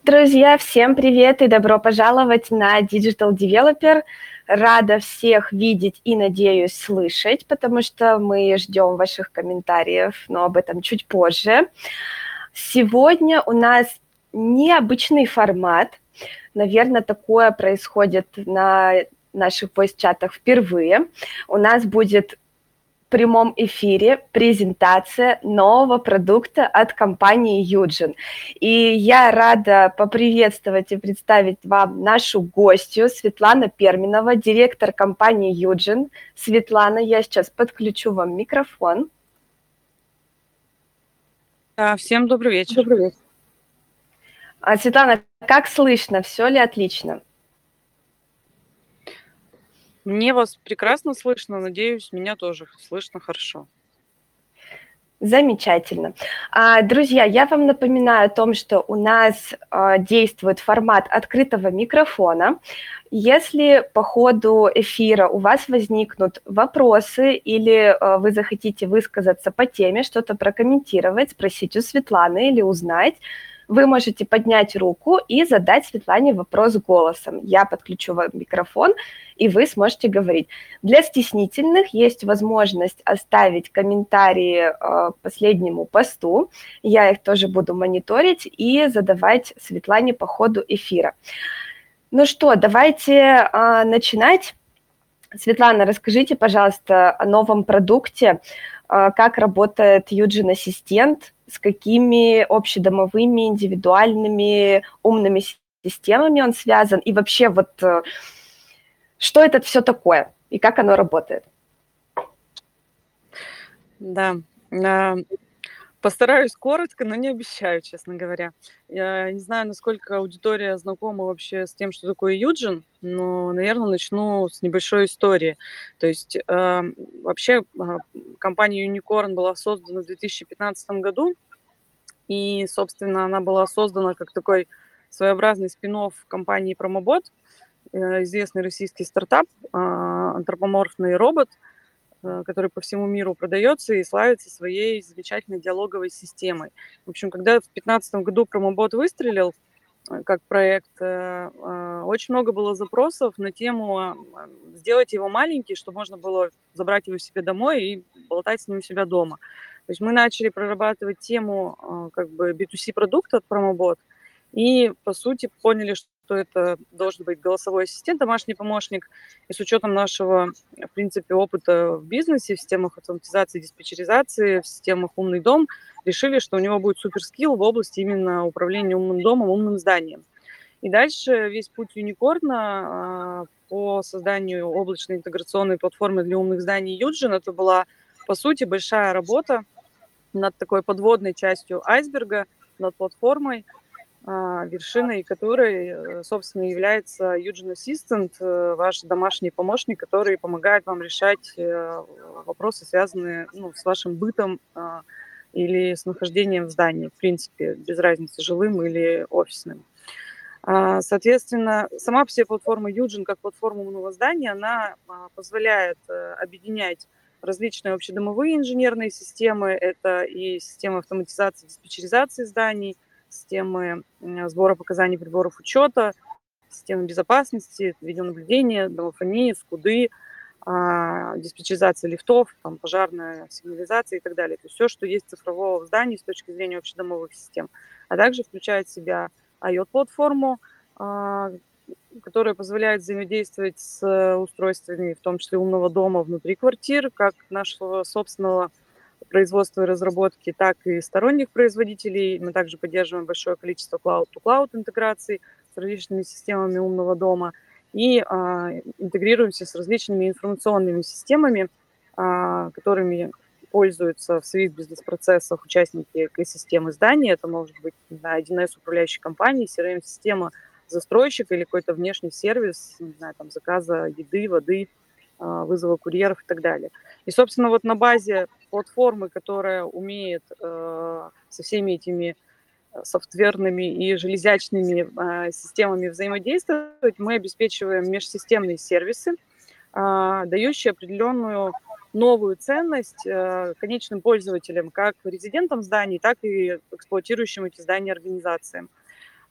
Друзья, всем привет и добро пожаловать на Digital Developer. Рада всех видеть и, надеюсь, слышать, потому что мы ждем ваших комментариев, но об этом чуть позже. Сегодня у нас необычный формат. Наверное, такое происходит на наших voice-чатах впервые. У нас будет в прямом эфире презентация нового продукта от компании Юджин. И я рада поприветствовать и представить вам нашу гостью Светлана Перминова, директор компании Юджин. Светлана, я сейчас подключу вам микрофон. Всем добрый вечер. Добрый вечер. Светлана, как слышно? Все ли отлично? Мне вас прекрасно слышно, надеюсь, меня тоже слышно хорошо. Замечательно. Друзья, я вам напоминаю о том, что у нас действует формат открытого микрофона. Если по ходу эфира у вас возникнут вопросы или вы захотите высказаться по теме, что-то прокомментировать, спросить у Светланы или узнать, вы можете поднять руку и задать Светлане вопрос голосом. Я подключу вам микрофон, и вы сможете говорить. Для стеснительных есть возможность оставить комментарии к последнему посту. Я их тоже буду мониторить и задавать Светлане по ходу эфира. Ну что, давайте начинать. Светлана, расскажите, пожалуйста, о новом продукте, как работает Юджин Ассистент, с какими общедомовыми, индивидуальными, умными системами он связан, и вообще вот что это все такое и как оно работает? Да, постараюсь коротко, но не обещаю, честно говоря. Я не знаю, насколько аудитория знакома вообще с тем, что такое Юджин, но, наверное, начну с небольшой истории. То есть вообще компания Unicorn была создана в 2015 году, и, собственно, она была создана как такой своеобразный спин-офф компании Promobot, известный российский стартап, антропоморфный робот, который по всему миру продается и славится своей замечательной диалоговой системой. В общем, когда в 2015 году Promobot выстрелил как проект, очень много было запросов на тему сделать его маленький, чтобы можно было забрать его себе домой и болтать с ним у себя дома. То есть мы начали прорабатывать тему как бы B2C продукта от Promobot и, по сути, поняли, что это должен быть голосовой ассистент, домашний помощник. И с учетом нашего, в принципе, опыта в бизнесе, в системах автоматизации, диспетчеризации, в системах «Умный дом», решили, что у него будет суперскилл в области именно управления умным домом, умным зданием. И дальше весь путь Юникорна по созданию облачной интеграционной платформы для умных зданий Юджин, это была, по сути, большая работа над такой подводной частью айсберга, над платформой, вершиной которой, собственно, является Юджин Assistant, ваш домашний помощник, который помогает вам решать вопросы, связанные с вашим бытом или с нахождением в здании, в принципе, без разницы, жилым или офисным. Соответственно, сама по себе платформа Юджин, как платформа умного здания, она позволяет объединять различные общедомовые инженерные системы, это и системы автоматизации, диспетчеризации зданий, системы сбора показаний приборов учета, системы безопасности, видеонаблюдения, домофонии, СКУДы, диспетчеризация лифтов, там, пожарная сигнализация и так далее. То есть все, что есть цифрового в здании с точки зрения общедомовых систем. А также включает в себя IoT-платформу, которая позволяет взаимодействовать с устройствами, в том числе умного дома внутри квартир, как нашего собственного производства и разработки, так и сторонних производителей. Мы также поддерживаем большое количество cloud-to-cloud интеграций с различными системами умного дома и интегрируемся с различными информационными системами, которыми пользуются в своих бизнес-процессах участники экосистемы здания. Это может быть 1С управляющей компании, CRM-система застройщика или какой-то внешний сервис, не знаю, там, заказа еды, воды, вызова курьеров и так далее. И, собственно, вот на базе платформы, которая умеет со всеми этими софтверными и железячными системами взаимодействовать, мы обеспечиваем межсистемные сервисы, дающие определенную новую ценность конечным пользователям, как резидентам зданий, так и эксплуатирующим эти здания организациям.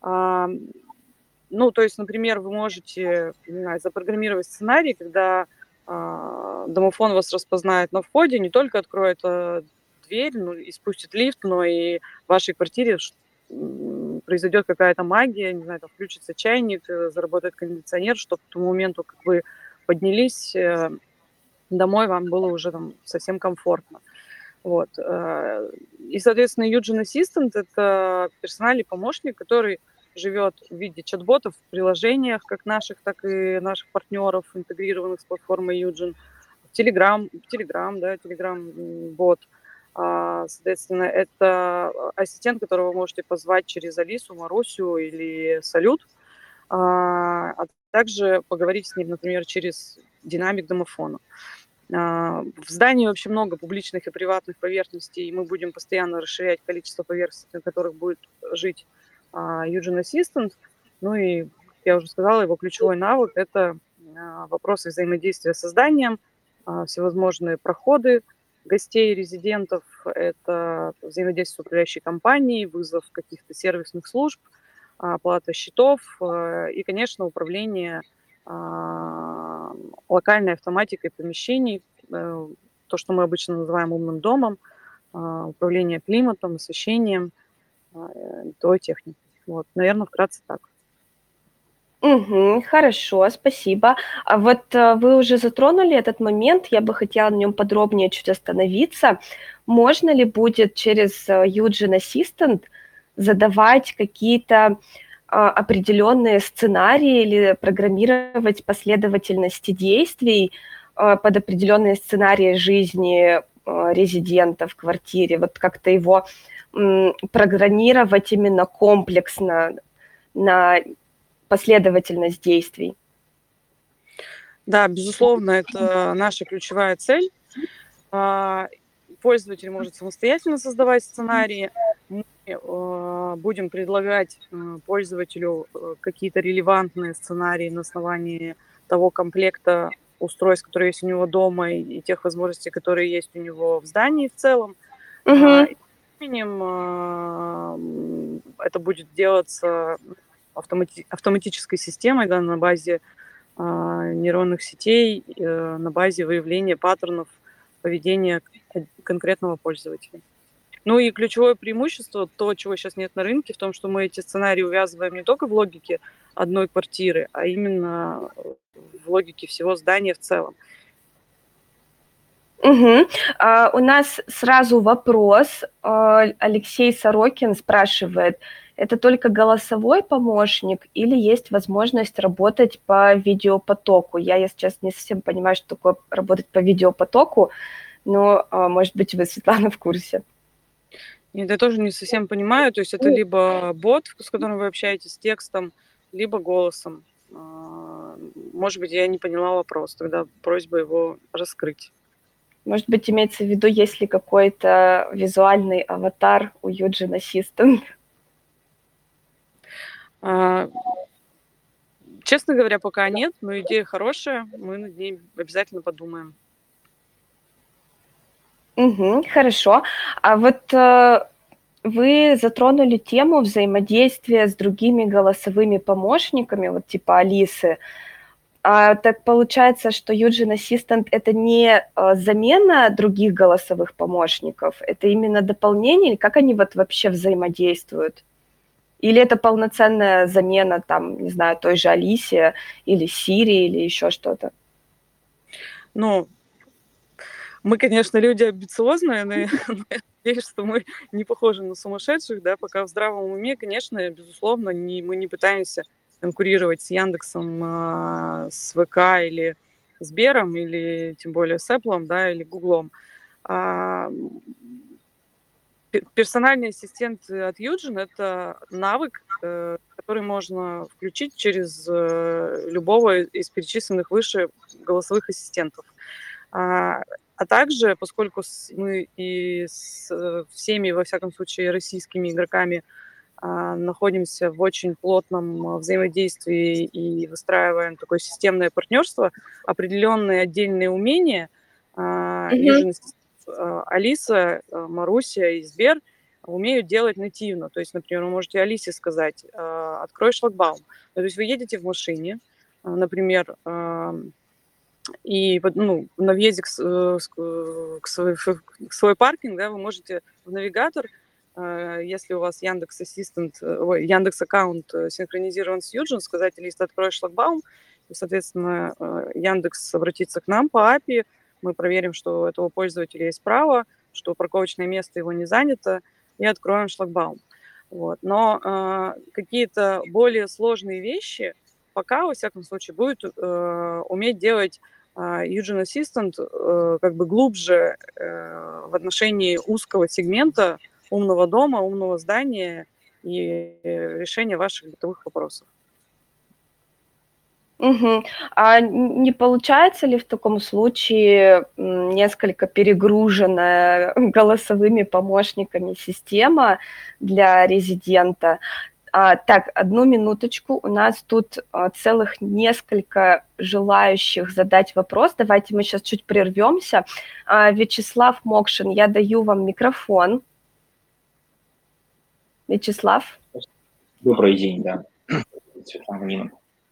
Ну, то есть, например, вы можете, не знаю, запрограммировать сценарий, когда домофон вас распознает на входе, не только откроет дверь, ну, и спустит лифт, но и в вашей квартире произойдет какая-то магия, не знаю, там включится чайник, заработает кондиционер, чтобы к тому моменту, как вы поднялись домой, вам было уже там совсем комфортно. Вот. И, соответственно, Юджин Assistant – это персональный помощник, который живет в виде чат-ботов в приложениях, как наших, так и наших партнеров, интегрированных с платформой Юджин. Telegram, да, Telegram-бот. Соответственно, это ассистент, которого вы можете позвать через Алису, Марусю или Салют, а также поговорить с ним, например, через динамик домофона. В здании вообще много публичных и приватных поверхностей, и мы будем постоянно расширять количество поверхностей, на которых будет жить Юджин Assistant. Ну и, как я уже сказала, его ключевой навык – это вопросы взаимодействия со зданием, всевозможные проходы гостей, резидентов, это взаимодействие с управляющей компанией, вызов каких-то сервисных служб, оплата счетов и, конечно, управление локальной автоматикой помещений, то, что мы обычно называем умным домом, управление климатом, освещением, бытовой техникой. Вот, наверное, вкратце так. Хорошо, спасибо. А вот вы уже затронули этот момент, я бы хотела на нем подробнее чуть остановиться. Можно ли будет через Юджин Assistant задавать какие-то определенные сценарии или программировать последовательности действий под определенные сценарии жизни резидента в квартире? Вот как-то его программировать именно комплексно на последовательность действий. Да, безусловно, это наша ключевая цель. Пользователь может самостоятельно создавать сценарии. Мы будем предлагать пользователю какие-то релевантные сценарии на основании того комплекта устройств, которые есть у него дома, и тех возможностей, которые есть у него в здании в целом. И это будет делаться автоматической системой, да, на базе нейронных сетей, на базе выявления паттернов поведения конкретного пользователя. Ну и ключевое преимущество, то, чего сейчас нет на рынке, в том, что мы эти сценарии увязываем не только в логике одной квартиры, а именно в логике всего здания в целом. У нас сразу вопрос. Алексей Сорокин спрашивает, это только голосовой помощник или есть возможность работать по видеопотоку? Я, если честно, не совсем понимаю, что такое работать по видеопотоку, но, может быть, вы, Светлана, в курсе. Нет, я тоже не совсем понимаю. То есть это либо бот, с которым вы общаетесь текстом, либо голосом. Может быть, я не поняла вопрос, тогда просьба его раскрыть. Может быть, имеется в виду, есть ли какой-то визуальный аватар у Юджин Assistant? Честно говоря, пока нет, но идея хорошая, мы над ней обязательно подумаем. Хорошо. А вот вы затронули тему взаимодействия с другими голосовыми помощниками, вот типа Алисы. Так получается, что Юджин Assistant – это не замена других голосовых помощников, это именно дополнение, или как они вот вообще взаимодействуют? Или это полноценная замена, там, не знаю, той же Алисе или Сири или еще что-то? Ну, мы, конечно, люди амбициозные, но я надеюсь, что мы не похожи на сумасшедших, да, пока в здравом уме, конечно, безусловно, мы не пытаемся конкурировать с Яндексом, с ВК или Сбером, или тем более с Apple, да, или Гуглом. Персональный ассистент от Юджин – это навык, который можно включить через любого из перечисленных выше голосовых ассистентов. А также, поскольку мы и с всеми, во всяком случае, российскими игроками находимся в очень плотном взаимодействии и выстраиваем такое системное партнерство, определенные отдельные умения Юджин, Алиса, Маруся и Сбер умеют делать нативно. То есть, например, вы можете Алисе сказать: «Открой шлагбаум». То есть вы едете в машине, например, и на въезде к свой паркинг, да, вы можете в навигатор, если у вас Яндекс Ассистент, Яндекс аккаунт синхронизирован с Юджин, сказать: «Алиса, открой шлагбаум», и, соответственно, Яндекс обратится к нам по API, мы проверим, что у этого пользователя есть право, что парковочное место его не занято, и откроем шлагбаум. Вот. Но какие-то более сложные вещи пока, во всяком случае, будет уметь делать Юджин Ассистент как бы глубже в отношении узкого сегмента умного дома, умного здания и решения ваших бытовых вопросов. Угу. А не получается ли в таком случае несколько перегруженная голосовыми помощниками система для резидента? Так, одну минуточку, у нас тут целых несколько желающих задать вопрос. Давайте мы сейчас чуть прервемся. Вячеслав Мокшин, я даю вам микрофон. Вячеслав? Добрый день, да, Светлана Нина.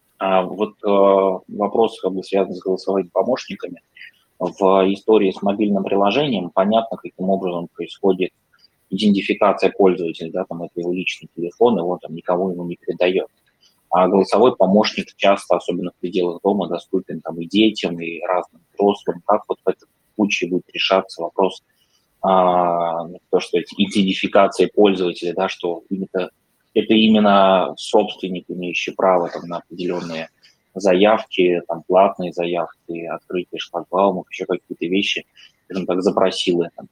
Вопрос как бы связан с голосовыми помощниками. В истории с мобильным приложением понятно, каким образом происходит идентификация пользователя, да, там это его личный телефон, его там никого ему не передает. А голосовой помощник часто, особенно в пределах дома, доступен там и детям, и разным взрослым. Как вот в этом случае будет решаться вопрос идентификации пользователя, да, что это именно собственник, имеющий право там, на определенные заявки, там, платные заявки, открытие шлагбаумов, еще какие-то вещи, скажем так, запросил это.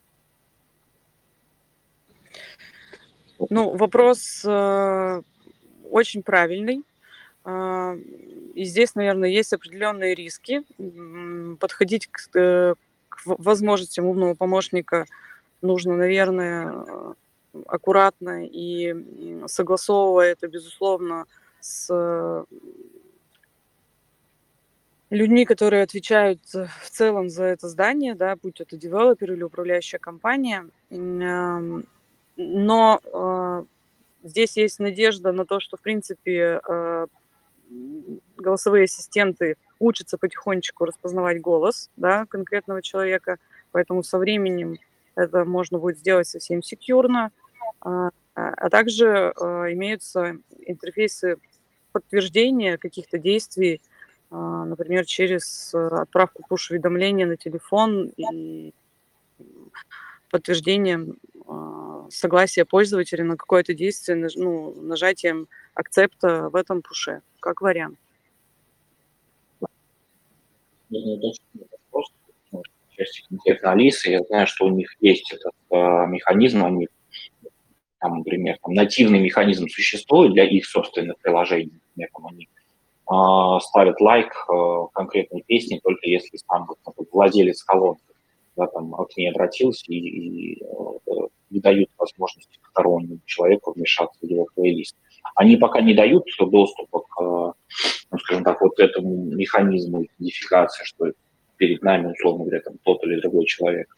Вопрос очень правильный. И здесь, наверное, есть определенные риски. Подходить к возможностям умного помощника нужно, наверное, аккуратно и согласовывая это, безусловно, с людьми, которые отвечают в целом за это здание, да, будь это девелопер или управляющая компания. Но здесь есть надежда на то, что, в принципе, голосовые ассистенты учатся потихонечку распознавать голос, да, конкретного человека, поэтому со временем это можно будет сделать совсем секьюрно. А также имеются интерфейсы подтверждения каких-то действий, например, через отправку push-уведомления на телефон и подтверждение согласия пользователя на какое-то действие, нажатием акцепта в этом пуше, как вариант. Части конкретно Алисы, я знаю, что у них есть этот механизм, они, там, например, нативный механизм существует для их собственных приложений, например, они ставят лайк конкретной песне, только если сам владелец колонки, да, там, к ней обратился и не дают возможности стороннему человеку вмешаться в его плейлист. Они пока не дают доступа к, скажем так, вот этому механизму идентификации, что перед нами, условно говоря, там, тот или другой человек.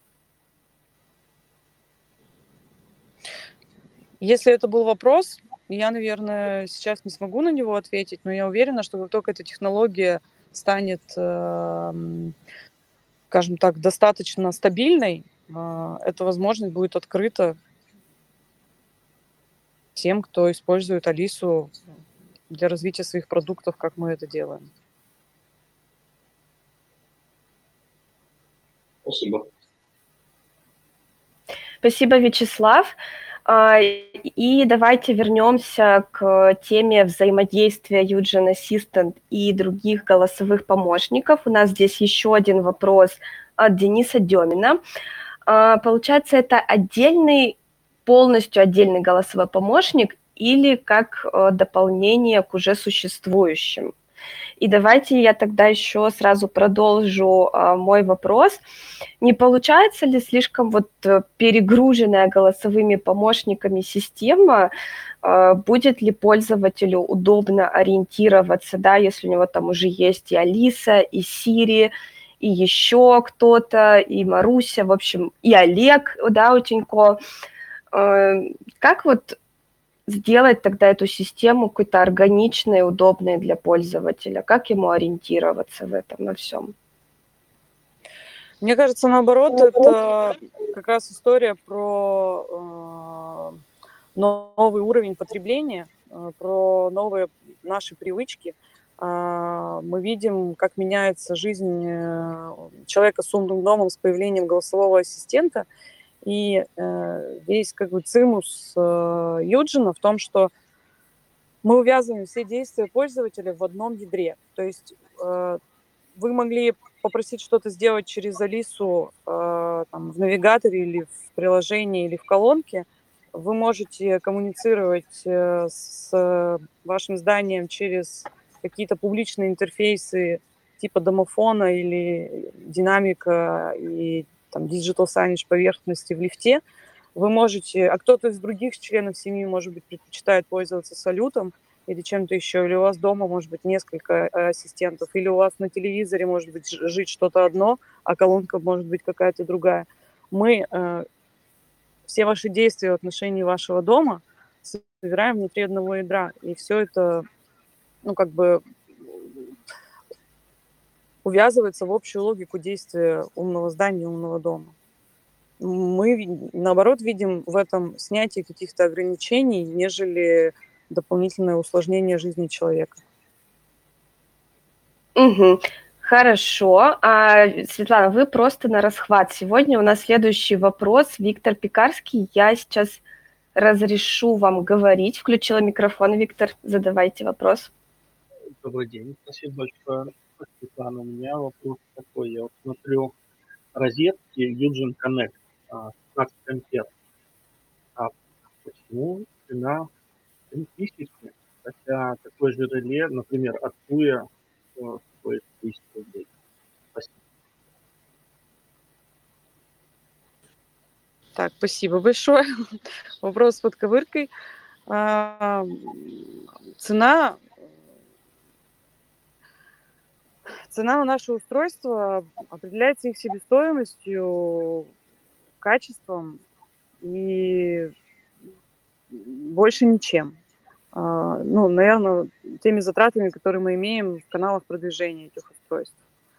Если это был вопрос, я, наверное, сейчас не смогу на него ответить, но я уверена, что как только эта технология станет, скажем так, достаточно стабильной, эта возможность будет открыта тем, кто использует Алису для развития своих продуктов, как мы это делаем. Спасибо. Спасибо, Вячеслав. И давайте вернемся к теме взаимодействия Юджин Assistant и других голосовых помощников. У нас здесь еще один вопрос от Дениса Демина. Получается, это полностью отдельный голосовой помощник или как дополнение к уже существующим? И давайте я тогда еще сразу продолжу мой вопрос. Не получается ли слишком перегруженная голосовыми помощниками система? Будет ли пользователю удобно ориентироваться, да, если у него там уже есть и Алиса, и Сири, и еще кто-то, и Маруся, в общем, и Олег, да, у Тинько. Как вот сделать тогда эту систему какой-то органичной, удобной для пользователя? Как ему ориентироваться в этом во всем? Мне кажется, наоборот, это как раз история про новый уровень потребления, про новые наши привычки. Мы видим, как меняется жизнь человека с умным домом с появлением голосового ассистента. И весь как бы цимус Юджина в том, что мы увязываем все действия пользователя в одном ядре. То есть вы могли попросить что-то сделать через Алису там, в навигаторе или в приложении или в колонке. Вы можете коммуницировать с вашим зданием через какие-то публичные интерфейсы типа домофона или динамика и там digital signage поверхности в лифте. Вы можете, а кто-то из других членов семьи, может быть, предпочитает пользоваться салютом или чем-то еще, или у вас дома может быть несколько ассистентов, или у вас на телевизоре может быть жить что-то одно, а колонка может быть какая-то другая. Мы все ваши действия в отношении вашего дома собираем внутри одного ядра, и все это, ну, как бы увязывается в общую логику действия умного здания, умного дома. Мы, наоборот, видим в этом снятие каких-то ограничений, нежели дополнительное усложнение жизни человека. Угу. Хорошо. Светлана, вы просто на расхват. Сегодня у нас следующий вопрос. Виктор Пекарский. Я сейчас разрешу вам говорить. Включила микрофон. Виктор, задавайте вопрос. Добрый день. Спасибо большое, Светлана. У меня вопрос такой. Я вот смотрю розетки Eugene Connect 15 ампер. А почему цена тысячная, хотя такое же реле, например, от Туя стоит 1000 рублей? Спасибо. Так, спасибо большое. Вопрос с подковыркой. Цена на наше устройство определяется их себестоимостью, качеством и больше ничем. Ну, наверное, теми затратами, которые мы имеем в каналах продвижения этих устройств.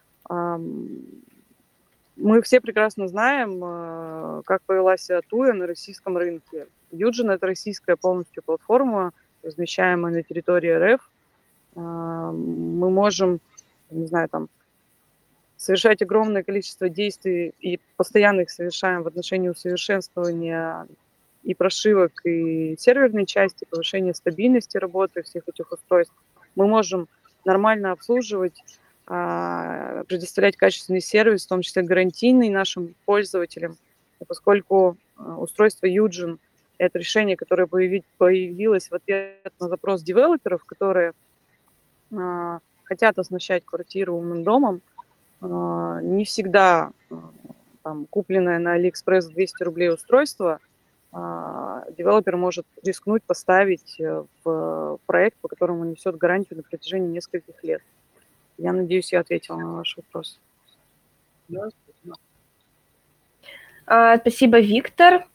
Мы все прекрасно знаем, как повелась Туя на российском рынке. Юджин – это российская полностью платформа, размещаемая на территории РФ. Мы можем, не знаю, там, совершать огромное количество действий и постоянно их совершаем в отношении усовершенствования и прошивок, и серверной части, повышения стабильности работы всех этих устройств. Мы можем нормально обслуживать, предоставлять качественный сервис, в том числе гарантийный нашим пользователям. И поскольку устройство Юджин – это решение, которое появилось в ответ на запрос девелоперов, которые хотят оснащать квартиру умным домом, не всегда там, купленное на Алиэкспресс 200 рублей устройство девелопер может рискнуть поставить в проект, по которому несет гарантию на протяжении нескольких лет. Я надеюсь, я ответила на ваш вопрос. Да, спасибо. Спасибо, Виктор.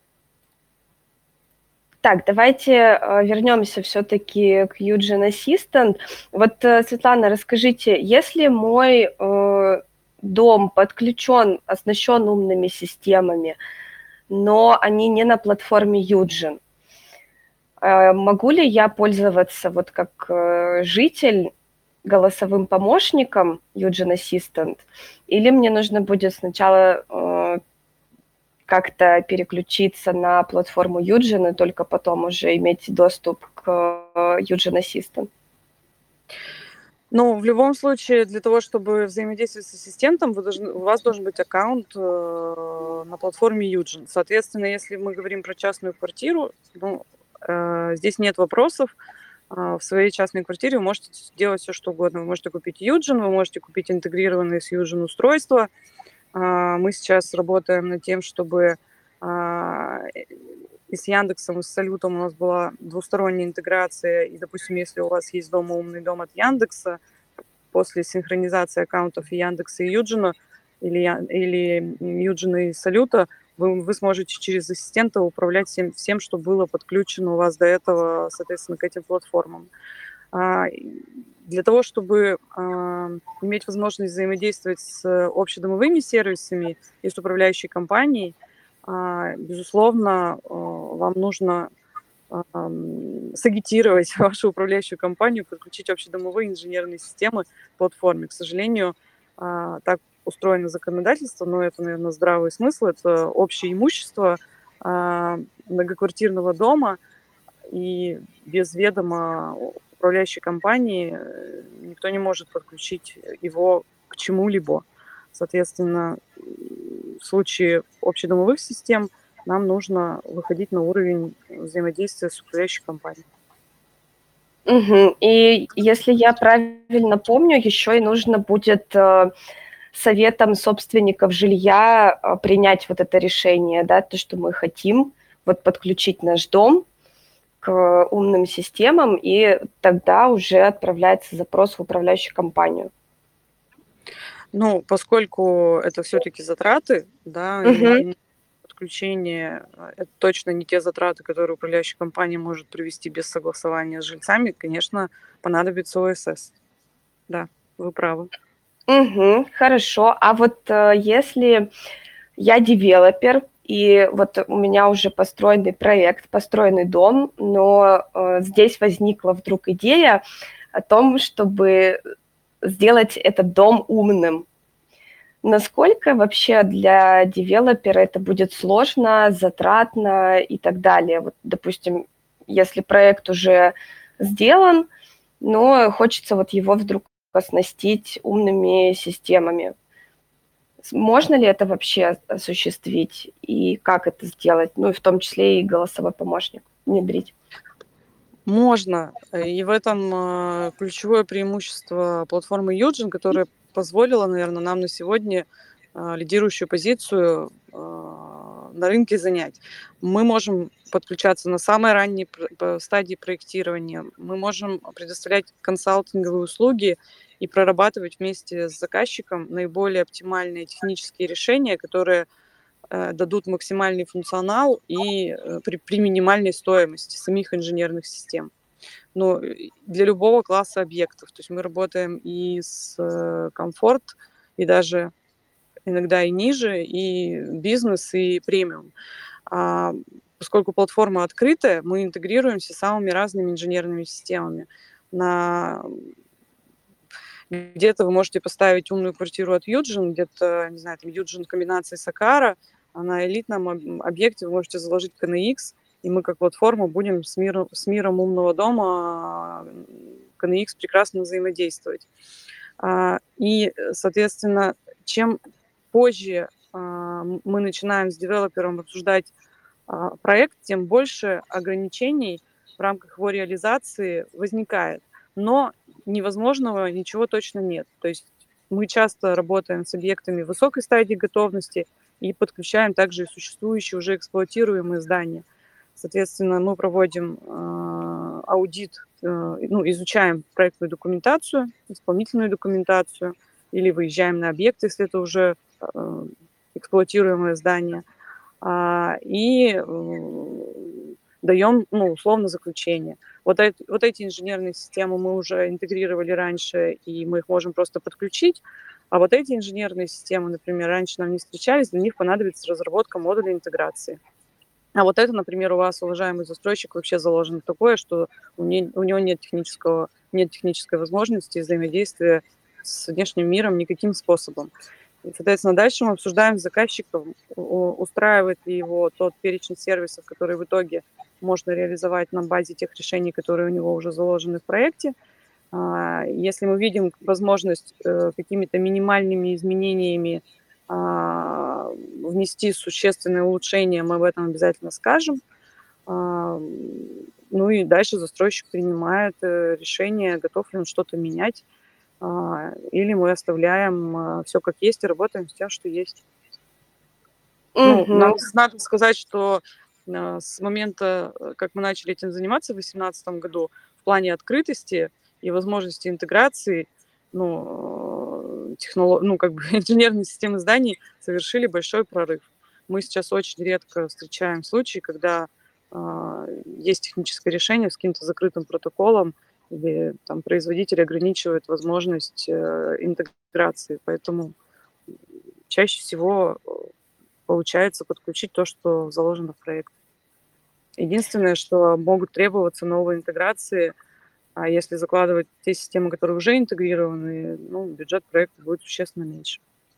Так, давайте вернемся все-таки к Eugene Assistant. Вот, Светлана, расскажите, если мой дом подключен, оснащен умными системами, но они не на платформе Eugene, могу ли я пользоваться вот как житель голосовым помощником Eugene Assistant, или мне нужно будет сначала как-то переключиться на платформу Eugene и только потом уже иметь доступ к Eugene Assistant? Ну, в любом случае, для того, чтобы взаимодействовать с ассистентом, у вас должен быть аккаунт на платформе Eugene. Соответственно, если мы говорим про частную квартиру, ну, здесь нет вопросов. В своей частной квартире вы можете делать все, что угодно. Вы можете купить Eugene, вы можете купить интегрированные с Eugene устройства. Мы сейчас работаем над тем, чтобы и с Яндексом, и с Салютом у нас была двусторонняя интеграция. И, допустим, если у вас есть дома умный дом от Яндекса, после синхронизации аккаунтов Яндекса и Юджина, или Юджина и Салюта, вы сможете через ассистента управлять всем, что было подключено у вас до этого, соответственно, к этим платформам. Для того, чтобы иметь возможность взаимодействовать с общедомовыми сервисами и с управляющей компанией, безусловно, вам нужно сагитировать вашу управляющую компанию, подключить общедомовые инженерные системы к платформе. К сожалению, так устроено законодательство, но это, наверное, здравый смысл, это общее имущество многоквартирного дома, и без ведома управляющей компании никто не может подключить его к чему-либо. Соответственно, в случае общедомовых систем нам нужно выходить на уровень взаимодействия с управляющей компанией. Угу. И если я правильно помню, еще и нужно будет советом собственников жилья принять вот это решение, да, то, что мы хотим вот подключить наш дом к умным системам, и тогда уже отправляется запрос в управляющую компанию. Ну, поскольку это все-таки затраты, да, и подключение, это точно не те затраты, которые управляющая компания может провести без согласования с жильцами, конечно, понадобится ОСС. Да, вы правы. Угу, хорошо. А вот если я девелопер, и вот у меня уже построенный проект, построенный дом, но здесь возникла вдруг идея о том, чтобы сделать этот дом умным. Насколько вообще для девелопера это будет сложно, затратно и так далее? Вот, допустим, если проект уже сделан, но хочется вот его вдруг оснастить умными системами. Можно ли это вообще осуществить и как это сделать? Ну и в том числе и голосовой помощник внедрить. Можно. И в этом ключевое преимущество платформы Юджин, которая позволила, наверное, нам на сегодня лидирующую позицию на рынке занять. Мы можем подключаться на самой ранней стадии проектирования, мы можем предоставлять консалтинговые услуги и прорабатывать вместе с заказчиком наиболее оптимальные технические решения, которые дадут максимальный функционал и при минимальной стоимости самих инженерных систем. Но для любого класса объектов. То есть мы работаем и с комфорт, и даже иногда и ниже, и бизнес, и премиум. Поскольку платформа открытая, мы интегрируемся с самыми разными инженерными системами. Где-то вы можете поставить умную квартиру от Юджин, где-то, не знаю, там Юджин в комбинации с Акара, а на элитном объекте вы можете заложить KNX, и мы как платформа будем с миром умного дома KNX прекрасно взаимодействовать. И, соответственно, чем позже мы начинаем с девелопером обсуждать проект, тем больше ограничений в рамках его реализации возникает. Но невозможного ничего точно нет. То есть мы часто работаем с объектами высокой стадии готовности и подключаем также и существующие уже эксплуатируемые здания. Соответственно, мы проводим аудит, изучаем проектную документацию, исполнительную документацию, или выезжаем на объект, если это уже эксплуатируемое здание, и даем, условно, заключение. Вот эти инженерные системы мы уже интегрировали раньше, и мы их можем просто подключить. А вот эти инженерные системы, например, раньше нам не встречались, для них понадобится разработка модуля интеграции. А вот это, например, у вас, уважаемый застройщик, вообще заложено такое, что у него нет технической возможности взаимодействия с внешним миром никаким способом. И, соответственно, дальше мы обсуждаем с заказчиком, устраивает ли его тот перечень сервисов, которые в итоге можно реализовать на базе тех решений, которые у него уже заложены в проекте. Если мы видим возможность какими-то минимальными изменениями внести существенное улучшение, мы об этом обязательно скажем. И дальше застройщик принимает решение, готов ли он что-то менять, или мы оставляем все как есть и работаем с тем, что есть. Надо сказать, что с момента, как мы начали этим заниматься в 2018 году, в плане открытости и возможности интеграции, инженерные системы зданий совершили большой прорыв. мы сейчас очень редко встречаем случаи, когда есть техническое решение с каким-то закрытым протоколом, или там производитель ограничивает возможность интеграции. Поэтому чаще всего получается подключить то, что заложено в проект. Единственное, что могут требоваться новые интеграции, а если закладывать те системы, которые уже интегрированы, ну, бюджет проекта будет существенно меньше.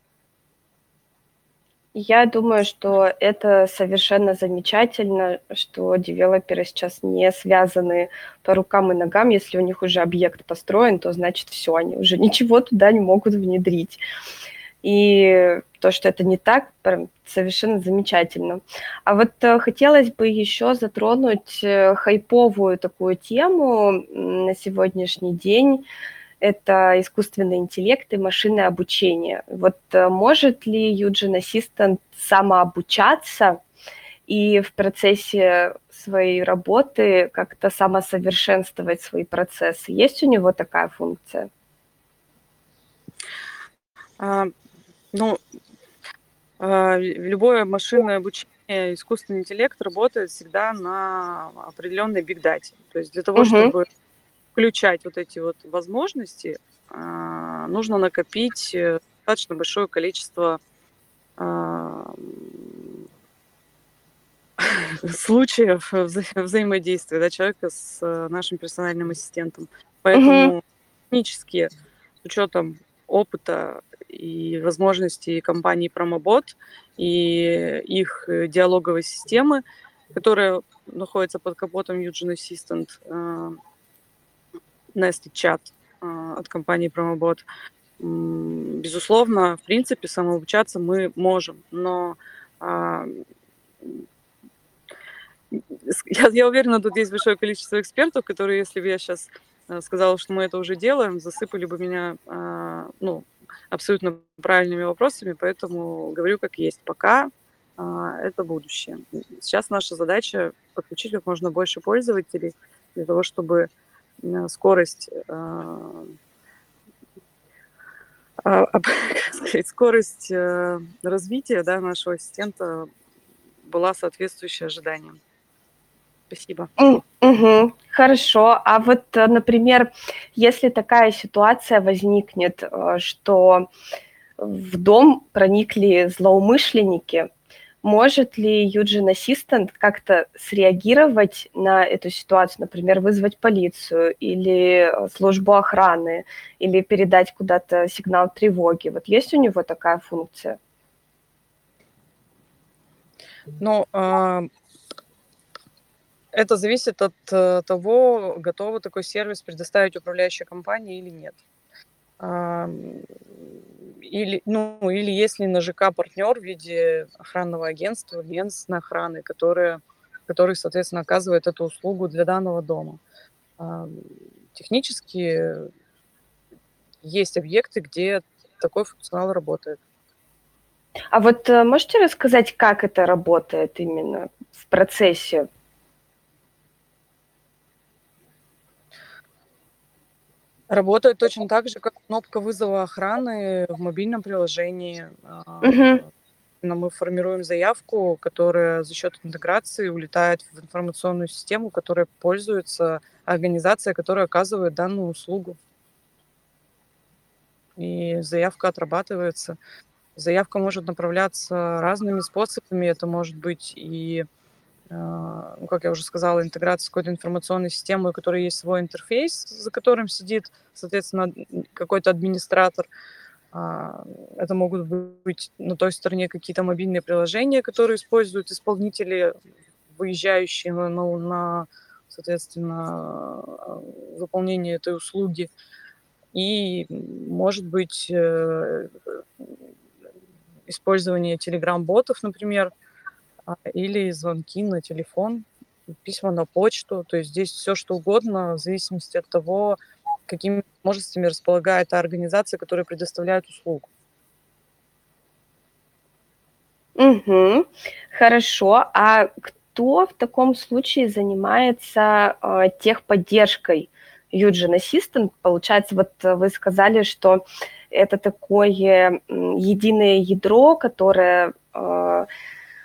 Я думаю, что это совершенно замечательно, что девелоперы сейчас не связаны по рукам и ногам. Если у них уже объект построен, то значит все, они уже ничего туда не могут внедрить. И то, что это не так, прям совершенно замечательно. А вот хотелось бы еще затронуть хайповую такую тему на сегодняшний день. Это искусственный интеллект и машинное обучение. Вот может ли Eugen Assistant самообучаться и в процессе своей работы как-то самосовершенствовать свои процессы? Есть у него такая функция? Любое машинное обучение, искусственный интеллект работает всегда на определенной бигдате. То есть для того, чтобы включать вот эти вот возможности, нужно накопить достаточно большое количество случаев взаимодействия, да, человека с нашим персональным ассистентом. Поэтому технически, с учетом опыта и возможностей компании Promobot и их диалоговой системы, которая находится под капотом Eugen Assistant, Nested Chat от компании Promobot, безусловно, в принципе, самообучаться мы можем, но я уверена, тут есть большое количество экспертов, которые, если бы я сейчас сказала, что мы это уже делаем, засыпали бы меня абсолютно правильными вопросами, поэтому говорю как есть. Пока это будущее. Сейчас наша задача подключить как можно больше пользователей для того, чтобы скорость развития, да, нашего ассистента была соответствующая ожиданиям. Спасибо. Хорошо. А вот, например, если такая ситуация возникнет, что в дом проникли злоумышленники, может ли Eugen Assistant как-то среагировать на эту ситуацию, например, вызвать полицию или службу охраны, или передать куда-то сигнал тревоги? Вот есть у него такая функция? Ну, это зависит от того, готова такой сервис предоставить управляющая компания или нет. Или если на ЖК партнер в виде охранного агентства, местной охраны, который, соответственно, оказывает эту услугу для данного дома. Технически есть объекты, где такой функционал работает. А вот можете рассказать, как это работает именно в процессе? Работает точно так же, как кнопка вызова охраны в мобильном приложении. Мы формируем заявку, которая за счет интеграции улетает в информационную систему, которой пользуется организация, которая оказывает данную услугу. И заявка отрабатывается. Заявка может направляться разными способами. Это может быть и, как я уже сказала, интеграция с какой-то информационной системой, у которой есть свой интерфейс, за которым сидит, соответственно, какой-то администратор. Это могут быть на той стороне какие-то мобильные приложения, которые используют исполнители, выезжающие на соответственно, выполнение этой услуги. И, может быть, использование Telegram-ботов, например, или звонки на телефон, письма на почту. То есть здесь все что угодно в зависимости от того, какими возможностями располагает та организация, которая предоставляет услугу. Хорошо. А кто в таком случае занимается техподдержкой Eugen Assistant? Получается, вот вы сказали, что это такое единое ядро, которое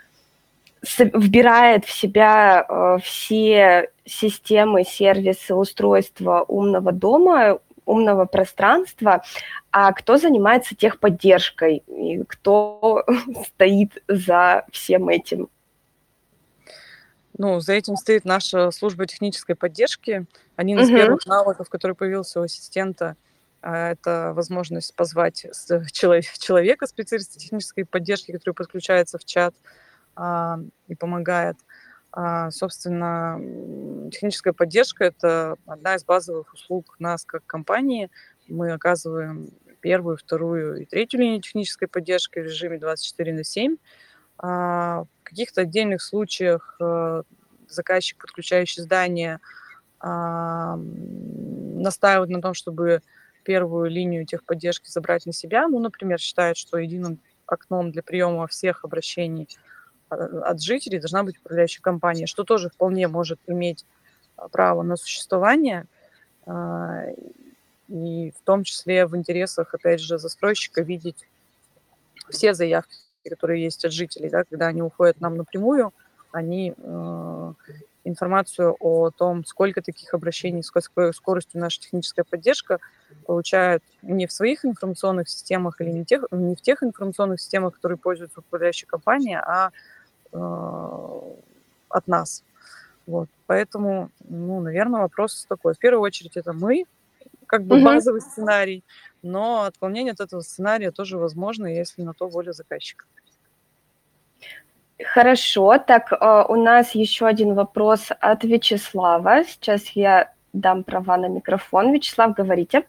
вбирает в себя все системы, сервисы, устройства умного дома, умного пространства, а кто занимается техподдержкой и кто стоит за всем этим? Ну, за этим стоит наша служба технической поддержки. Один из Мгм. первых навыков, который появился у ассистента, это возможность позвать человека, специалиста технической поддержки, который подключается в чат и помогает. Собственно, техническая поддержка – это одна из базовых услуг нас как компании. Мы оказываем первую, вторую и третью линию технической поддержки в режиме 24/7. В каких-то отдельных случаях заказчик, подключающий здание, настаивает на том, чтобы первую линию техподдержки забрать на себя. Ну, например, считает, что единым окном для приема всех обращений от жителей должна быть управляющая компания, что тоже вполне может иметь право на существование, и в том числе в интересах, опять же, застройщика видеть все заявки, которые есть от жителей, да, когда они уходят нам напрямую, они информацию о том, сколько таких обращений, с какой скоростью наша техническая поддержка получают не в своих информационных системах или не в тех информационных системах, которые пользуются управляющая компания, а от нас. Вот. Поэтому, ну, наверное, вопрос такой. В первую очередь это мы, как бы Мгм. базовый сценарий, но отклонение от этого сценария тоже возможно, если на то воля заказчика. Хорошо, так у нас еще один вопрос от Вячеслава. Сейчас я дам права на микрофон. Вячеслав, говорите.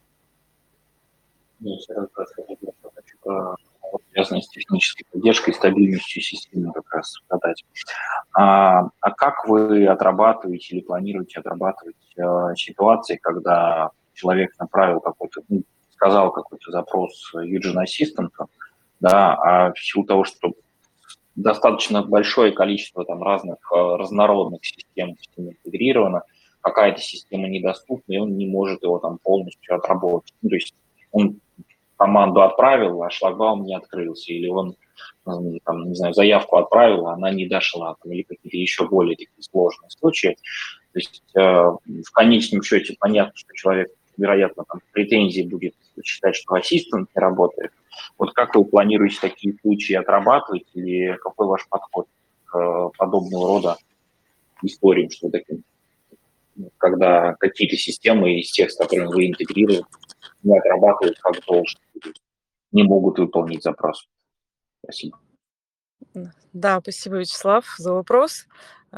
Связанные с технической поддержкой и стабильностью системы как раз задать. А как вы отрабатываете или планируете отрабатывать ситуации, когда человек направил какой-то, сказал какой-то запрос Eugene Assistant, да, а в силу того, что достаточно большое количество там разных разнородных систем с ним интегрировано, какая-то система недоступна, и он не может его там полностью отработать. Ну, то есть он команду отправил, а шлагбаум не открылся, или он, там, не знаю, заявку отправил, а она не дошла, там, или какие-то еще более такие сложные случаи. То есть в конечном счете понятно, что человек, вероятно, там, претензии будет считать, что ассистент не работает. Вот как вы планируете такие случаи отрабатывать, или какой ваш подход к подобного рода историям, что таким, когда какие-то системы из тех, с которыми вы интегрируете, не отрабатывают как должно, не могут выполнить запрос? Спасибо. Да, спасибо, Вячеслав, за вопрос.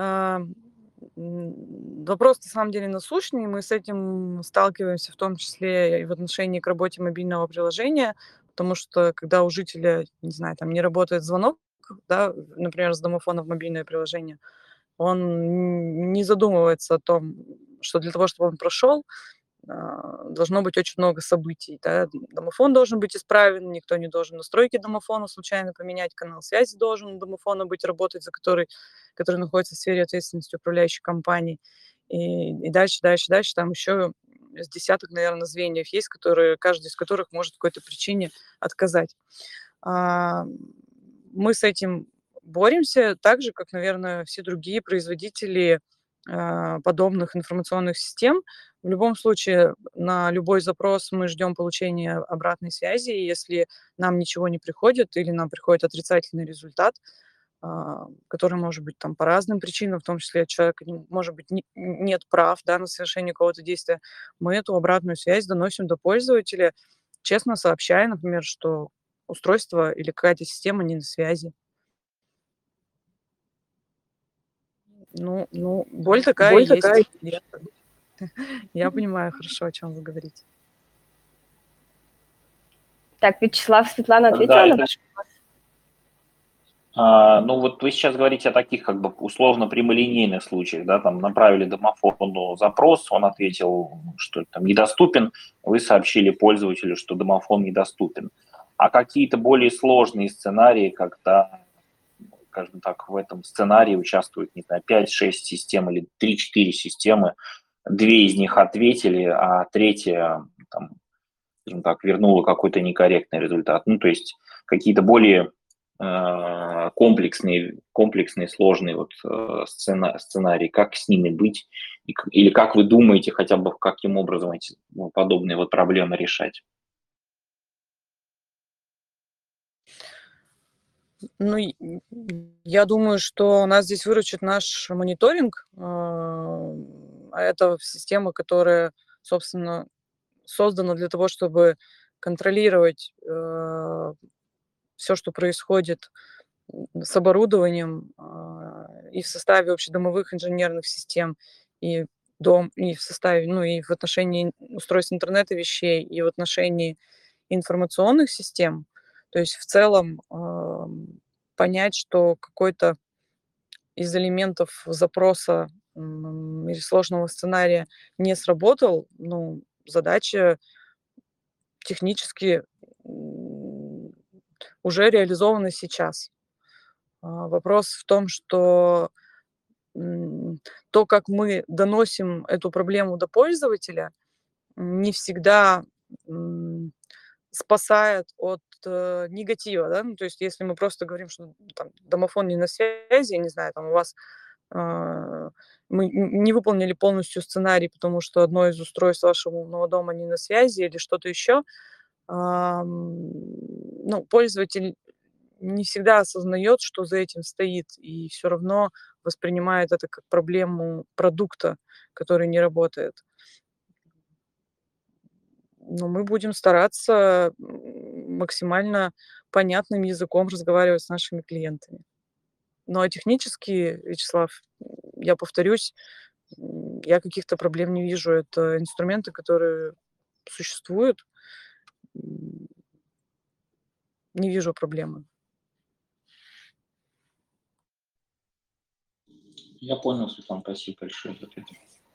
Вопрос на самом деле насущный, мы с этим сталкиваемся в том числе и в отношении к работе мобильного приложения, потому что когда у жителя, не знаю, там не работает звонок, да, например, с домофона в мобильное приложение, он не задумывается о том, что для того, чтобы он прошел, должно быть очень много событий. Да? Домофон должен быть исправен, никто не должен настройки домофона случайно поменять, канал связи должен у домофона быть, работать, который находится в сфере ответственности управляющей компании. И дальше, там еще с десяток, наверное, звеньев есть, каждый из которых может по какой-то причине отказать. Мы с этим боремся так же, как, наверное, все другие производители подобных информационных систем. В любом случае, на любой запрос мы ждем получения обратной связи, и если нам ничего не приходит или нам приходит отрицательный результат, который может быть там по разным причинам, в том числе человек, может быть, нет прав, да, на совершение какого-то действия, мы эту обратную связь доносим до пользователя, честно сообщая, например, что устройство или какая-то система не на связи. Ну, боль такая есть. Я понимаю хорошо, о чем вы говорите. Так, Вячеслав, Светлана ответила на ваш вопрос? Ну, вот вы сейчас говорите о таких, как бы, условно прямолинейных случаях, да, там направили домофону запрос, он ответил, что там недоступен, вы сообщили пользователю, что домофон недоступен. А какие-то более сложные сценарии, когда, скажем так, в этом сценарии участвуют, не знаю, 5-6 систем или 3-4 системы, 2 из них ответили, а третья, там, скажем так, вернула какой-то некорректный результат. Ну, то есть какие-то более комплексный, сложный вот сценарий, как с ними быть, или как вы думаете хотя бы, каким образом эти подобные вот проблемы решать? Ну, я думаю, что нас здесь выручит наш мониторинг. А это система, которая, собственно, создана для того, чтобы контролировать все, что происходит с оборудованием и в составе общедомовых инженерных систем, и и в составе, ну, и в отношении устройств интернета вещей, и в отношении информационных систем. То есть в целом понять, что какой-то из элементов запроса или сложного сценария не сработал, ну, задача технически уже реализована сейчас. Вопрос в том, что то, как мы доносим эту проблему до пользователя, не всегда спасает от негатива, да. Ну, то есть если мы просто говорим, что там домофон не на связи, я не знаю, там у вас а, мы не выполнили полностью сценарий, потому что одно из устройств вашего умного дома не на связи или что-то еще, ну, пользователь не всегда осознает, что за этим стоит, и все равно воспринимает это как проблему продукта, который не работает. Но мы будем стараться максимально понятным языком разговаривать с нашими клиентами. Ну, а технически, Вячеслав, я повторюсь, я каких-то проблем не вижу. Это инструменты, которые существуют. Не вижу проблемы. Я понял, Светлана, спасибо большое за ответ.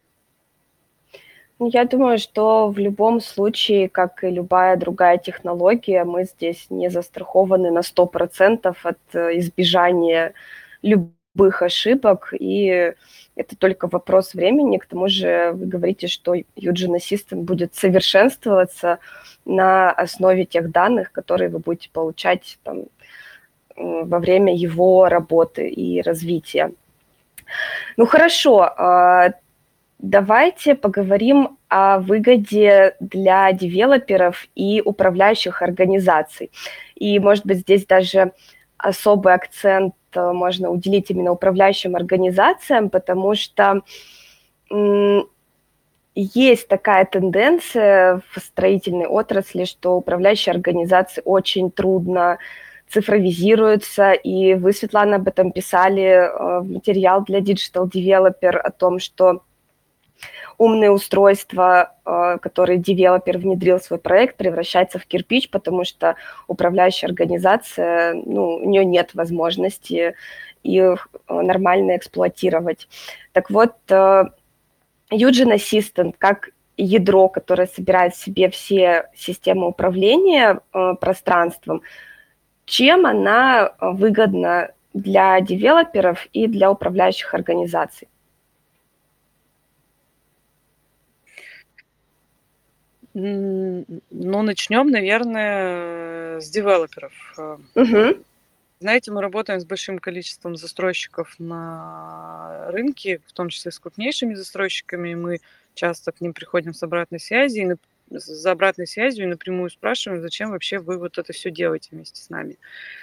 Ну, я думаю, что в любом случае, как и любая другая технология, мы здесь не застрахованы на 100% от избежания любых ошибок, и это только вопрос времени. К тому же вы говорите, что Eugene Assistant будет совершенствоваться на основе тех данных, которые вы будете получать там, во время его работы и развития. Ну хорошо, давайте поговорим о выгоде для девелоперов и управляющих организаций. И, может быть, здесь даже особый акцент можно уделить именно управляющим организациям, потому что есть такая тенденция в строительной отрасли, что управляющие организации очень трудно цифровизируются, и вы, Светлана, об этом писали в материал для Digital Developer о том, что умные устройства, которые девелопер внедрил в свой проект, превращаются в кирпич, потому что управляющая организация, ну, у нее нет возможности их нормально эксплуатировать. Так вот, Eugene Assistant как ядро, которое собирает в себе все системы управления пространством, чем она выгодна для девелоперов и для управляющих организаций? Ну, начнем, наверное, с девелоперов. Угу. Знаете, мы работаем с большим количеством застройщиков на рынке, в том числе с крупнейшими застройщиками. Мы часто к ним приходим с обратной связью, за обратной связью и напрямую спрашиваем, зачем вообще вы вот это все делаете вместе с нами.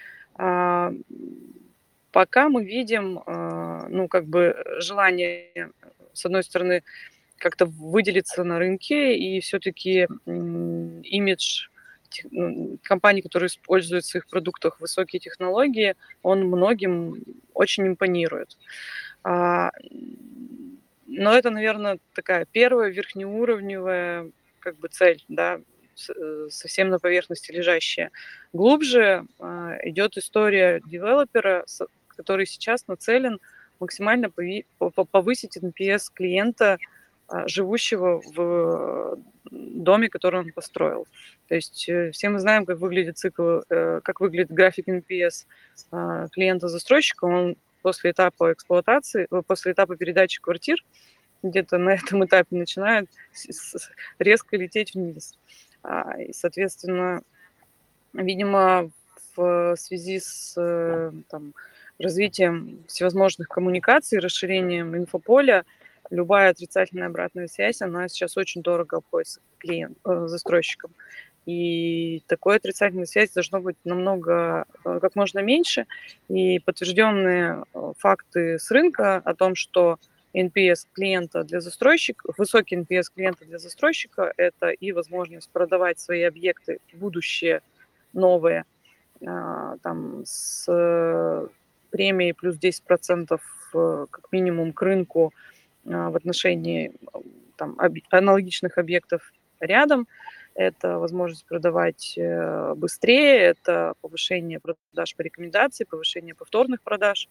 Пока мы видим, ну, как бы желание, с одной стороны, как-то выделиться на рынке, и все-таки имидж компаний, которые используют в своих продуктах высокие технологии, он многим очень импонирует. Но это, наверное, такая первая верхнеуровневая как бы цель, да, совсем на поверхности лежащая. Глубже идет история девелопера, который сейчас нацелен максимально повысить NPS клиента, живущего в доме, который он построил. То есть все мы знаем, как выглядит цикл, как выглядит график NPS клиента-застройщика. Он после этапа эксплуатации, после этапа передачи квартир, где-то на этом этапе начинает резко лететь вниз. И, соответственно, видимо, в связи с там, развитием всевозможных коммуникаций, расширением инфополя, любая отрицательная обратная связь, она сейчас очень дорого обходится застройщикам. И такой отрицательной связи должно быть намного, как можно меньше. И подтвержденные факты с рынка о том, что NPS клиента для застройщика, высокий NPS клиента для застройщика – это и возможность продавать свои объекты будущие, новые, там, с премией плюс 10% как минимум к рынку в отношении там, аналогичных объектов рядом. Это возможность продавать быстрее, это повышение продаж по рекомендации, повышение повторных продаж.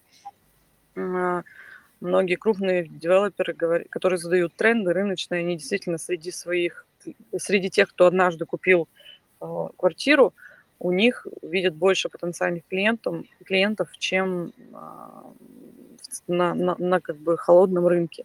Многие крупные девелоперы, которые задают тренды рыночные, они действительно среди тех, кто однажды купил квартиру, у них видят больше потенциальных клиентов, чем на как бы холодном рынке.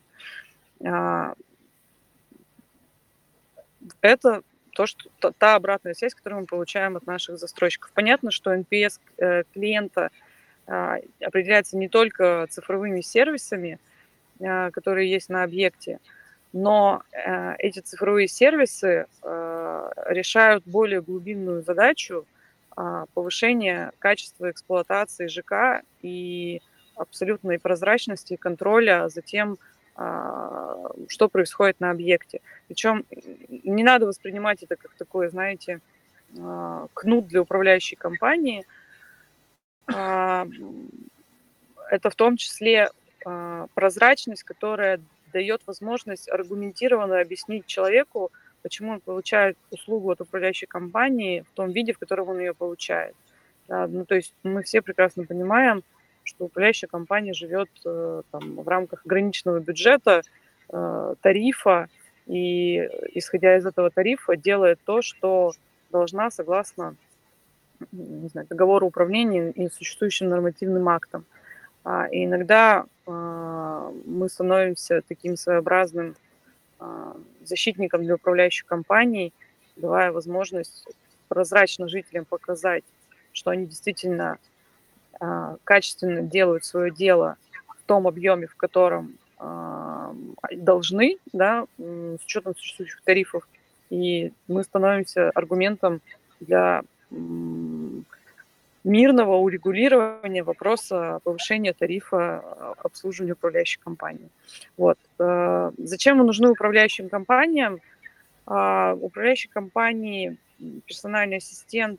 Это та обратная связь, которую мы получаем от наших застройщиков. Понятно, что NPS клиента определяется не только цифровыми сервисами, которые есть на объекте, но эти цифровые сервисы решают более глубинную задачу повышения качества эксплуатации ЖК и абсолютной прозрачности и контроля за тем, что происходит на объекте. Причем не надо воспринимать это как такое, знаете, кнут для управляющей компании. Это в том числе прозрачность, которая дает возможность аргументированно объяснить человеку, почему он получает услугу от управляющей компании в том виде, в котором он ее получает. Да, ну, то есть мы все прекрасно понимаем, что управляющая компания живет там, в рамках ограниченного бюджета, тарифа, и, исходя из этого тарифа, делает то, что должна согласно, не знаю, договору управления и существующим нормативным актам. И иногда мы становимся таким своеобразным защитником для управляющих компаний, давая возможность прозрачно жителям показать, что они действительно качественно делают свое дело в том объеме, в котором должны, да, с учетом существующих тарифов. И мы становимся аргументом для мирного урегулирования вопроса повышения тарифа обслуживания управляющей компании. Вот. Зачем мы нужны управляющим компаниям? Управляющие компании, персональный ассистент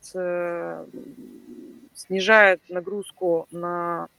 снижает нагрузку на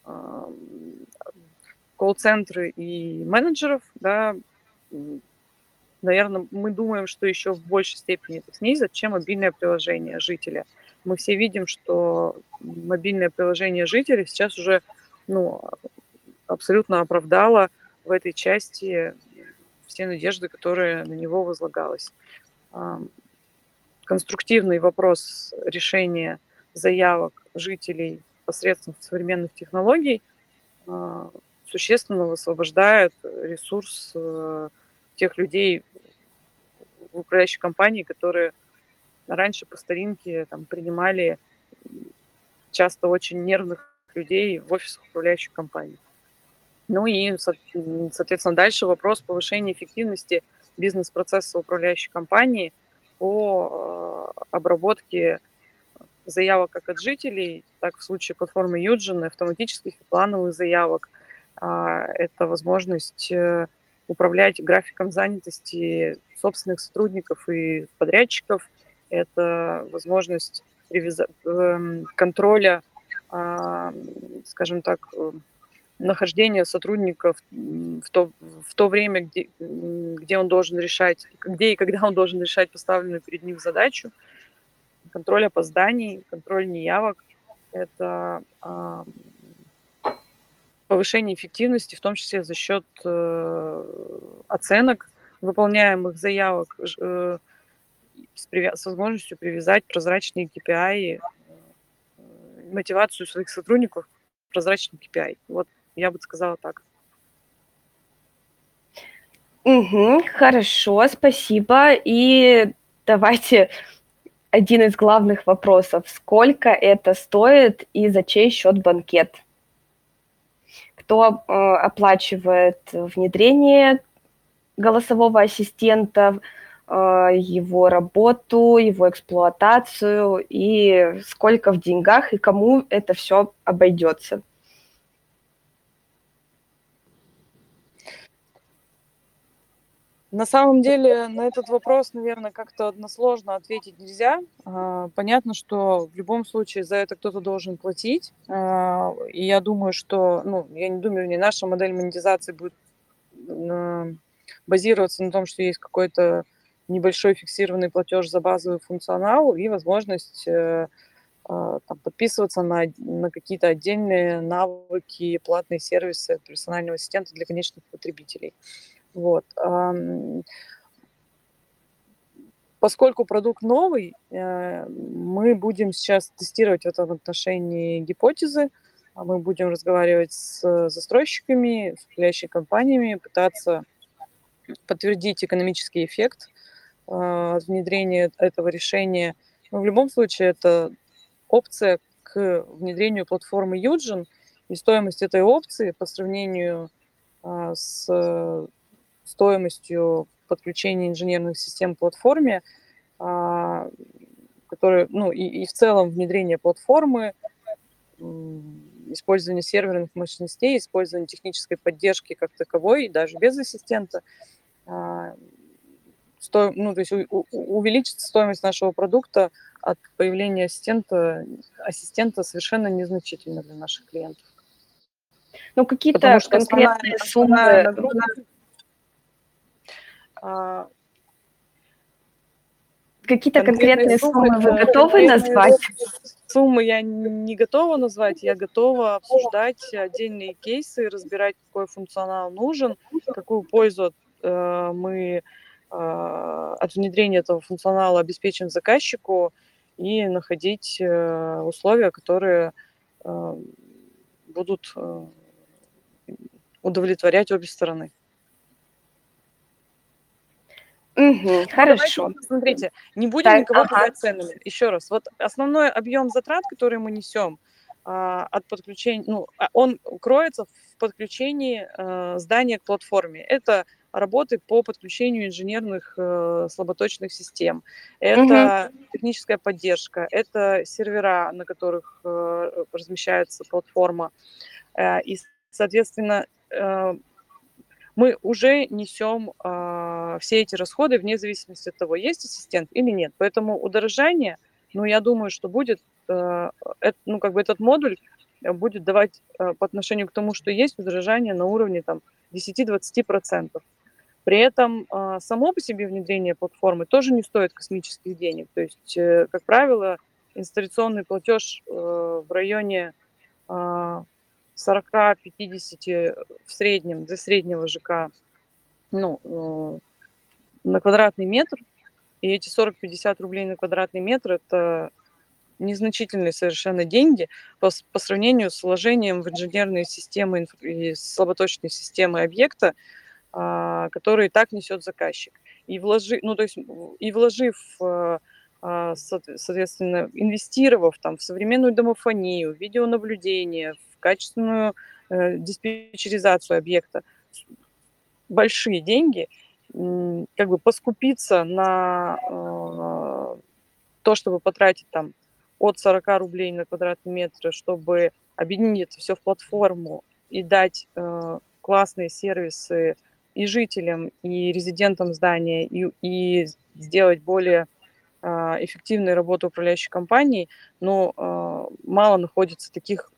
колл-центры и менеджеров. Да. Наверное, мы думаем, что еще в большей степени это снизит, чем мобильное приложение жителя. Мы все видим, что мобильное приложение жителя сейчас уже абсолютно оправдало в этой части все надежды, которые на него возлагалось. Конструктивный вопрос решения заявок жителей посредством современных технологий существенно высвобождает ресурс тех людей в управляющей компании, которые раньше по старинке там, принимали часто очень нервных людей в офисах управляющих компаний. Ну и, соответственно, дальше вопрос повышения эффективности бизнес-процесса управляющей компании по обработке заявок как от жителей, так в случае платформы Юджин, автоматических и плановых заявок. Это возможность управлять графиком занятости собственных сотрудников и подрядчиков. Это возможность контроля, скажем так, нахождения сотрудников в то время, где он должен решать, где и когда он должен решать поставленную перед ним задачу. Контроль опозданий, контроль неявок – это повышение эффективности, в том числе за счет оценок выполняемых заявок, с возможностью привязать прозрачные KPI, мотивацию своих сотрудников к прозрачным KPI. Вот я бы сказала так. Хорошо, спасибо. И давайте один из главных вопросов. Сколько это стоит и за чей счет банкет? Кто оплачивает внедрение голосового ассистента, его работу, его эксплуатацию и сколько в деньгах и кому это все обойдется? На самом деле на этот вопрос, наверное, как-то односложно ответить нельзя. Понятно, что в любом случае за это кто-то должен платить. И я думаю, что, ну, я не думаю, не наша модель монетизации будет базироваться на том, что есть какой-то небольшой фиксированный платеж за базовый функционал и возможность там, подписываться на какие-то отдельные навыки, платные сервисы персонального ассистента для конечных потребителей. Вот. Поскольку продукт новый, мы будем сейчас тестировать в этом отношении гипотезы, мы будем разговаривать с застройщиками, с управляющими компаниями, пытаться подтвердить экономический эффект от внедрения этого решения. Но в любом случае это опция к внедрению платформы Юджин, и стоимость этой опции по сравнению с стоимостью подключения инженерных систем к платформе, которые, ну, и в целом внедрение платформы, использование серверных мощностей, использование технической поддержки как таковой, и даже без ассистента, ну, то есть увеличится стоимость нашего продукта от появления ассистента совершенно незначительно для наших клиентов. Ну, какие-то Потому что конкретные основная суммы, нагрузка... какие-то конкретные суммы вы готовы назвать? Суммы я не готова назвать, я готова обсуждать отдельные кейсы, разбирать, какой функционал нужен, какую пользу мы от внедрения этого функционала обеспечим заказчику и находить условия, которые будут удовлетворять обе стороны. Хорошо. Смотрите, не будем никого пугать ценами. Еще раз, вот основной объем затрат, который мы несем от подключения, ну, он кроется в подключении здания к платформе. Это работы по подключению инженерных слаботочных систем, это техническая поддержка, это сервера, на которых размещается платформа. И, соответственно, мы уже несем все эти расходы вне зависимости от того, есть ассистент или нет. Поэтому удорожание, ну, я думаю, что будет, ну, как бы этот модуль будет давать по отношению к тому, что есть, удорожание на уровне там 10-20%. При этом само по себе внедрение платформы тоже не стоит космических денег. То есть, как правило, инсталляционный платеж в районе 40-50 в среднем, для среднего ЖК, ну, на квадратный метр. И эти 40-50 рублей на квадратный метр – это незначительные совершенно деньги по сравнению с вложением в инженерные системы и слаботочные системы объекта, которые и так несет заказчик. И вложив, соответственно, инвестировав там в современную домофонию, видеонаблюдение, в качественную диспетчеризацию объекта, большие деньги, как бы поскупиться на то, чтобы потратить там от 40 рублей на квадратный метр, чтобы объединить это все в платформу и дать классные сервисы и жителям, и резидентам здания, и сделать более эффективную работу управляющей компании, но мало находится таких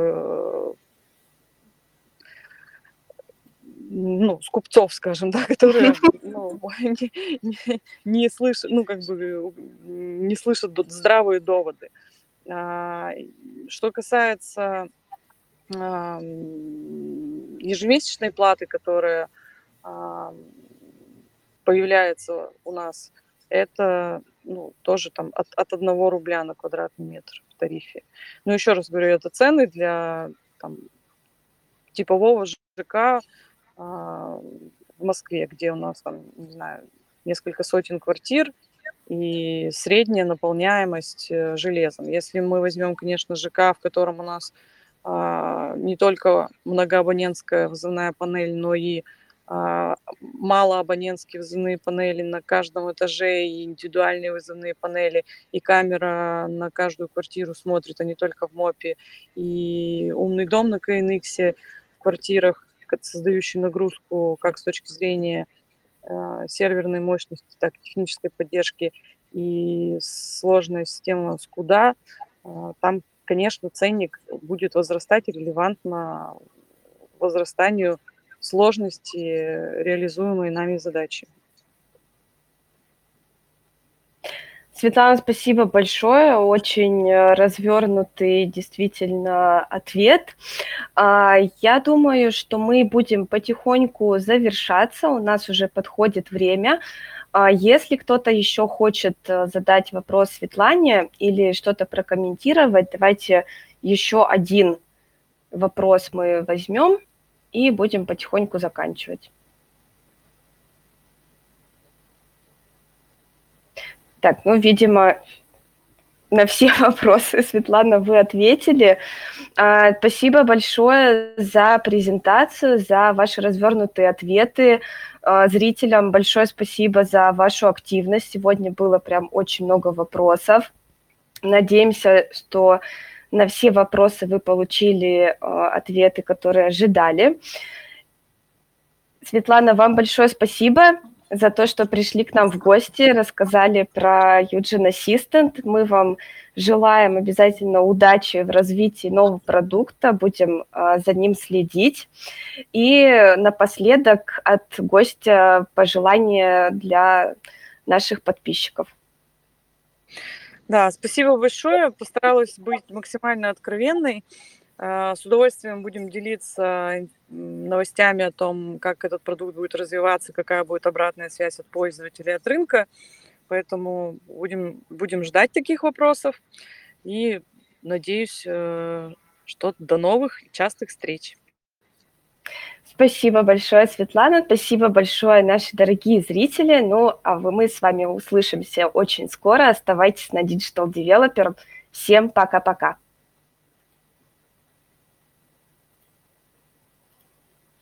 ну, скупцов, скажем, да, которые не слышат, ну, как бы не слышат здравые доводы. Что касается ежемесячной платы, которая появляется у нас, это, ну, тоже там от 1 рубля на квадратный метр в тарифе. Но еще раз говорю, это цены для там, типового ЖК в Москве, где у нас там, не знаю, несколько сотен квартир, и средняя наполняемость железом. Если мы возьмем, конечно, ЖК, в котором у нас не только многоабонентская вызывная панель, но и малоабонентские вызывные панели на каждом этаже, и индивидуальные вызывные панели, и камера на каждую квартиру смотрит, а не только в МОПе, и умный дом на KNX в квартирах, создающий нагрузку как с точки зрения серверной мощности, так и технической поддержки, и сложная система SCUDA, там, конечно, ценник будет возрастать релевантно возрастанию сложности реализуемой нами задачи. Светлана, спасибо большое. Очень развернутый действительно ответ. Я думаю, что мы будем потихоньку завершаться. У нас уже подходит время. Если кто-то еще хочет задать вопрос Светлане или что-то прокомментировать, давайте еще один вопрос мы возьмем и будем потихоньку заканчивать. Так, ну, видимо, на все вопросы, Светлана, вы ответили. Спасибо большое за презентацию, за ваши развернутые ответы. Зрителям большое спасибо за вашу активность. Сегодня было прям очень много вопросов. Надеемся, что на все вопросы вы получили ответы, которые ожидали. Светлана, вам большое спасибо за то, что пришли к нам в гости, рассказали про Eugene Assistant. Мы вам желаем обязательно удачи в развитии нового продукта, будем за ним следить. И напоследок от гостя пожелания для наших подписчиков. Да, спасибо большое. Постаралась быть максимально откровенной. С удовольствием будем делиться новостями о том, как этот продукт будет развиваться, какая будет обратная связь от пользователей, от рынка. Поэтому будем ждать таких вопросов. И надеюсь, что до новых и частых встреч. Спасибо большое, Светлана. Спасибо большое, наши дорогие зрители. Ну, а мы с вами услышимся очень скоро. Оставайтесь на Digital Developer. Всем пока-пока.